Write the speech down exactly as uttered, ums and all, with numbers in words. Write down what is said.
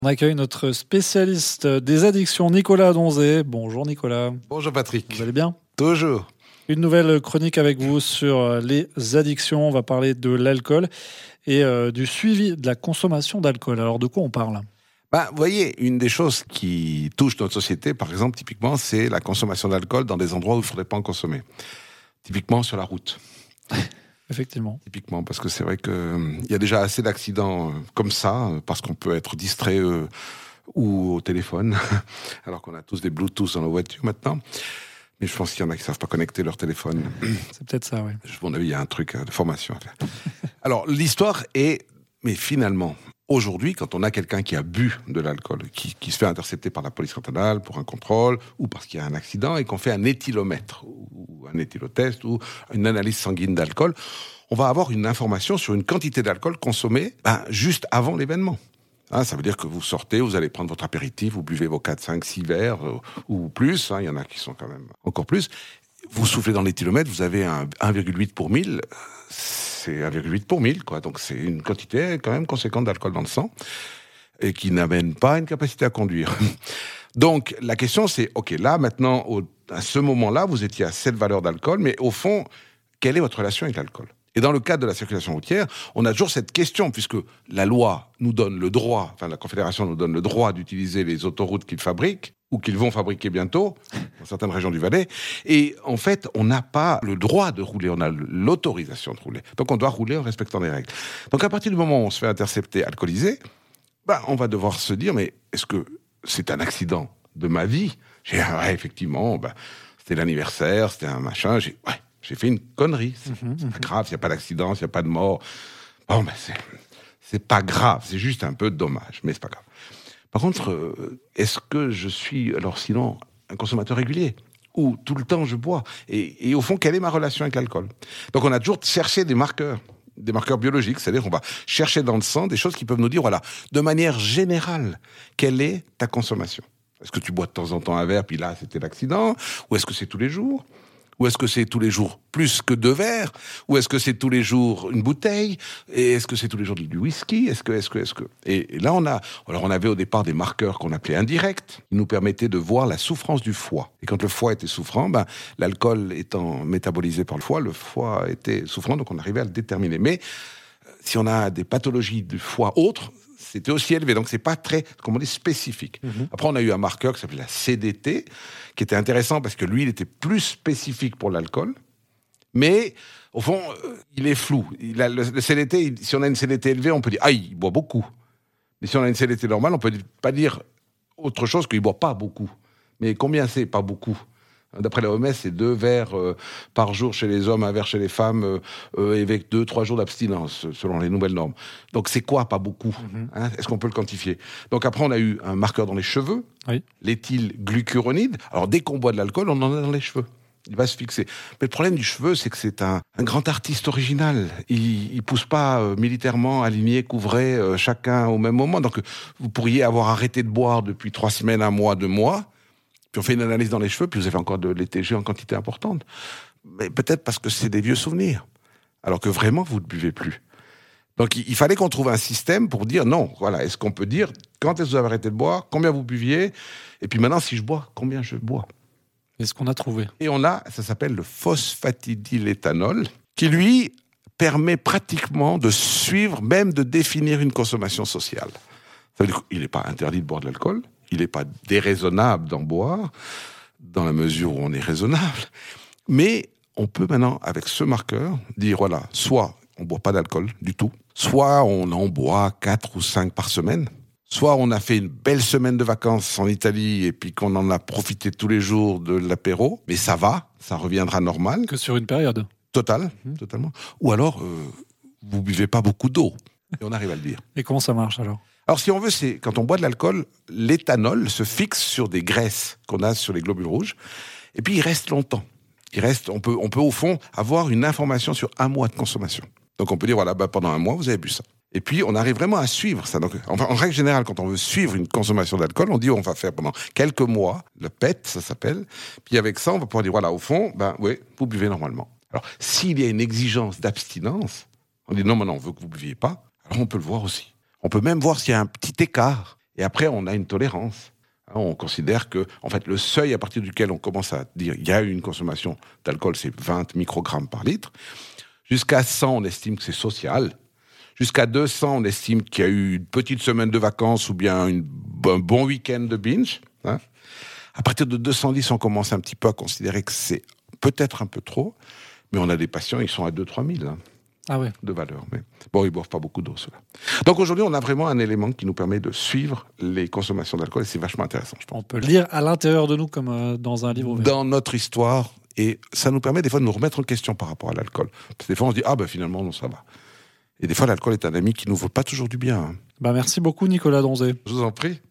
On accueille notre spécialiste des addictions, Nicolas Donzé. Bonjour Nicolas. Bonjour Patrick. Vous allez bien ? Toujours. Une nouvelle chronique avec vous sur les addictions. On va parler de l'alcool et euh, du suivi de la consommation d'alcool. Alors de quoi on parle ? Ben, vous voyez, une des choses qui touche notre société, par exemple, typiquement, c'est la consommation d'alcool dans des endroits où il ne faudrait pas en consommer. Typiquement sur la route. Effectivement. Typiquement, parce que c'est vrai qu'il euh, y a déjà assez d'accidents euh, comme ça, euh, parce qu'on peut être distrait euh, ou au téléphone, alors qu'on a tous des Bluetooth dans nos voitures maintenant. Mais je pense qu'il y en a qui ne savent pas connecter leur téléphone. C'est peut-être ça, oui. À mon avis, il y a un truc de formation à faire. Alors, l'histoire est... Mais finalement, aujourd'hui, quand on a quelqu'un qui a bu de l'alcool, qui, qui se fait intercepter par la police cantonale pour un contrôle, ou parce qu'il y a un accident, et qu'on fait un éthylomètre, ou un éthylotest, ou une analyse sanguine d'alcool, on va avoir une information sur une quantité d'alcool consommée ben, juste avant l'événement. Hein, ça veut dire que vous sortez, vous allez prendre votre apéritif, vous buvez vos quatre, cinq, six verres, euh, ou plus, hein, il y en a qui sont quand même encore plus. Vous soufflez dans l'éthylomètre, vous avez un un virgule huit pour mille, c'est un virgule huit pour mille, quoi. Donc c'est une quantité quand même conséquente d'alcool dans le sang, et qui n'amène pas une capacité à conduire. Donc la question c'est, ok, là maintenant, au, à ce moment-là, vous étiez à cette valeur d'alcool, mais au fond, quelle est votre relation avec l'alcool ? Et dans le cadre de la circulation routière, on a toujours cette question, puisque la loi nous donne le droit, enfin la Confédération nous donne le droit d'utiliser les autoroutes qu'ils fabriquent, ou qu'ils vont fabriquer bientôt, dans certaines régions du Valais. Et en fait, on n'a pas le droit de rouler, on a l'autorisation de rouler. Donc on doit rouler en respectant les règles. Donc à partir du moment où on se fait intercepter alcoolisé, bah, on va devoir se dire, mais est-ce que c'est un accident de ma vie ? J'ai dit, ah ouais, effectivement, bah, c'était l'anniversaire, c'était un machin, j'ai... Ouais. J'ai fait une connerie. C'est, mmh, c'est pas grave, s'il n'y a pas d'accident, s'il n'y a pas de mort. Bon, ben c'est, c'est pas grave, c'est juste un peu dommage, mais c'est pas grave. Par contre, euh, est-ce que je suis, alors sinon, un consommateur régulier ? Ou tout le temps je bois ? et, et au fond, quelle est ma relation avec l'alcool ? Donc on a toujours cherché des marqueurs, des marqueurs biologiques, c'est-à-dire qu'on va chercher dans le sang des choses qui peuvent nous dire, voilà, de manière générale, quelle est ta consommation ? Est-ce que tu bois de temps en temps un verre, puis là, c'était l'accident ? Ou est-ce que c'est tous les jours ? Ou est-ce que c'est tous les jours plus que deux verres ? Ou est-ce que c'est tous les jours une bouteille ? Et est-ce que c'est tous les jours du whisky ? Est-ce que, est-ce que, est-ce que... Et, et là, on a, alors on avait au départ des marqueurs qu'on appelait indirects. Ils nous permettaient de voir la souffrance du foie. Et quand le foie était souffrant, ben, l'alcool étant métabolisé par le foie, le foie était souffrant, donc on arrivait à le déterminer. Mais si on a des pathologies du foie autres, c'était aussi élevé, donc c'est pas très, comment on dit, spécifique. Mmh. Après, on a eu un marqueur qui s'appelait la C D T, qui était intéressant parce que lui, il était plus spécifique pour l'alcool, mais au fond, euh, il est flou. Il a, le, le C D T, il, si on a une C D T élevée, on peut dire ah, il boit beaucoup. Mais si on a une C D T normale, on peut pas dire autre chose qu'il boit pas beaucoup. Mais combien c'est pas beaucoup ? D'après l'O M S, c'est deux verres euh, par jour chez les hommes, un verre chez les femmes, euh, euh, avec deux, trois jours d'abstinence, selon les nouvelles normes. Donc c'est quoi, pas beaucoup ? Mm-hmm. Hein ? Est-ce qu'on peut le quantifier ? Donc après, on a eu un marqueur dans les cheveux, oui. L'éthylglucuronide. Alors dès qu'on boit de l'alcool, on en a dans les cheveux. Il va se fixer. Mais le problème du cheveu, c'est que c'est un, un grand artiste original. Il, il pousse pas euh, militairement, aligné, couvré, euh, chacun au même moment. Donc vous pourriez avoir arrêté de boire depuis trois semaines, un mois, deux mois. Puis on fait une analyse dans les cheveux, puis vous avez encore de l'E T G en quantité importante. Mais peut-être parce que c'est des vieux souvenirs. Alors que vraiment, vous ne buvez plus. Donc il, il fallait qu'on trouve un système pour dire non, voilà, est-ce qu'on peut dire quand est-ce que vous avez arrêté de boire, combien vous buviez, et puis maintenant, si je bois, combien je bois. C'est ce qu'on a trouvé. Et on a, ça s'appelle le phosphatidyléthanol, qui lui permet pratiquement de suivre, même de définir une consommation sociale. Ça veut dire qu'il n'est pas interdit de boire de l'alcool, il n'est pas déraisonnable d'en boire, dans la mesure où on est raisonnable. Mais on peut maintenant, avec ce marqueur, dire, voilà, soit on ne boit pas d'alcool du tout, soit on en boit quatre ou cinq par semaine, soit on a fait une belle semaine de vacances en Italie et puis qu'on en a profité tous les jours de l'apéro, mais ça va, ça reviendra normal. Que sur une période. Total, mmh. totalement. Ou alors, euh, vous ne buvez pas beaucoup d'eau, et on arrive à le dire. Et comment ça marche alors ? Alors, si on veut, c'est quand on boit de l'alcool, l'éthanol se fixe sur des graisses qu'on a sur les globules rouges, et puis il reste longtemps. Il reste, on peut, on peut au fond avoir une information sur un mois de consommation. Donc on peut dire voilà, bah, pendant un mois vous avez bu ça. Et puis on arrive vraiment à suivre ça. Donc, en, en règle générale, quand on veut suivre une consommation d'alcool, on dit on va faire pendant quelques mois le P E T, ça s'appelle. Puis avec ça, on va pouvoir dire voilà, au fond, ben oui, vous buvez normalement. Alors s'il y a une exigence d'abstinence, on dit non, mais non, on veut que vous ne buviez pas. Alors on peut le voir aussi. On peut même voir s'il y a un petit écart. Et après, on a une tolérance. Hein, on considère que, en fait, le seuil à partir duquel on commence à dire il y a une consommation d'alcool, c'est vingt microgrammes par litre. Jusqu'à cent, on estime que c'est social. Jusqu'à deux cents, on estime qu'il y a eu une petite semaine de vacances ou bien une, un bon week-end de binge. Hein. À partir de deux cent dix, on commence un petit peu à considérer que c'est peut-être un peu trop, mais on a des patients, ils sont à deux à trois mille hein, ah ouais. de valeur. Mais bon, ils boivent pas beaucoup d'eau, ceux-là. Donc aujourd'hui, on a vraiment un élément qui nous permet de suivre les consommations d'alcool et c'est vachement intéressant, je pense. On peut lire à l'intérieur de nous comme euh, dans un livre ouvert. Dans notre histoire, et ça nous permet des fois de nous remettre en question par rapport à l'alcool. Parce que des fois, on se dit, ah ben finalement, non, ça va. Et des fois, l'alcool est un ami qui nous veut pas toujours du bien. Hein. Bah merci beaucoup, Nicolas Donzé. Je vous en prie.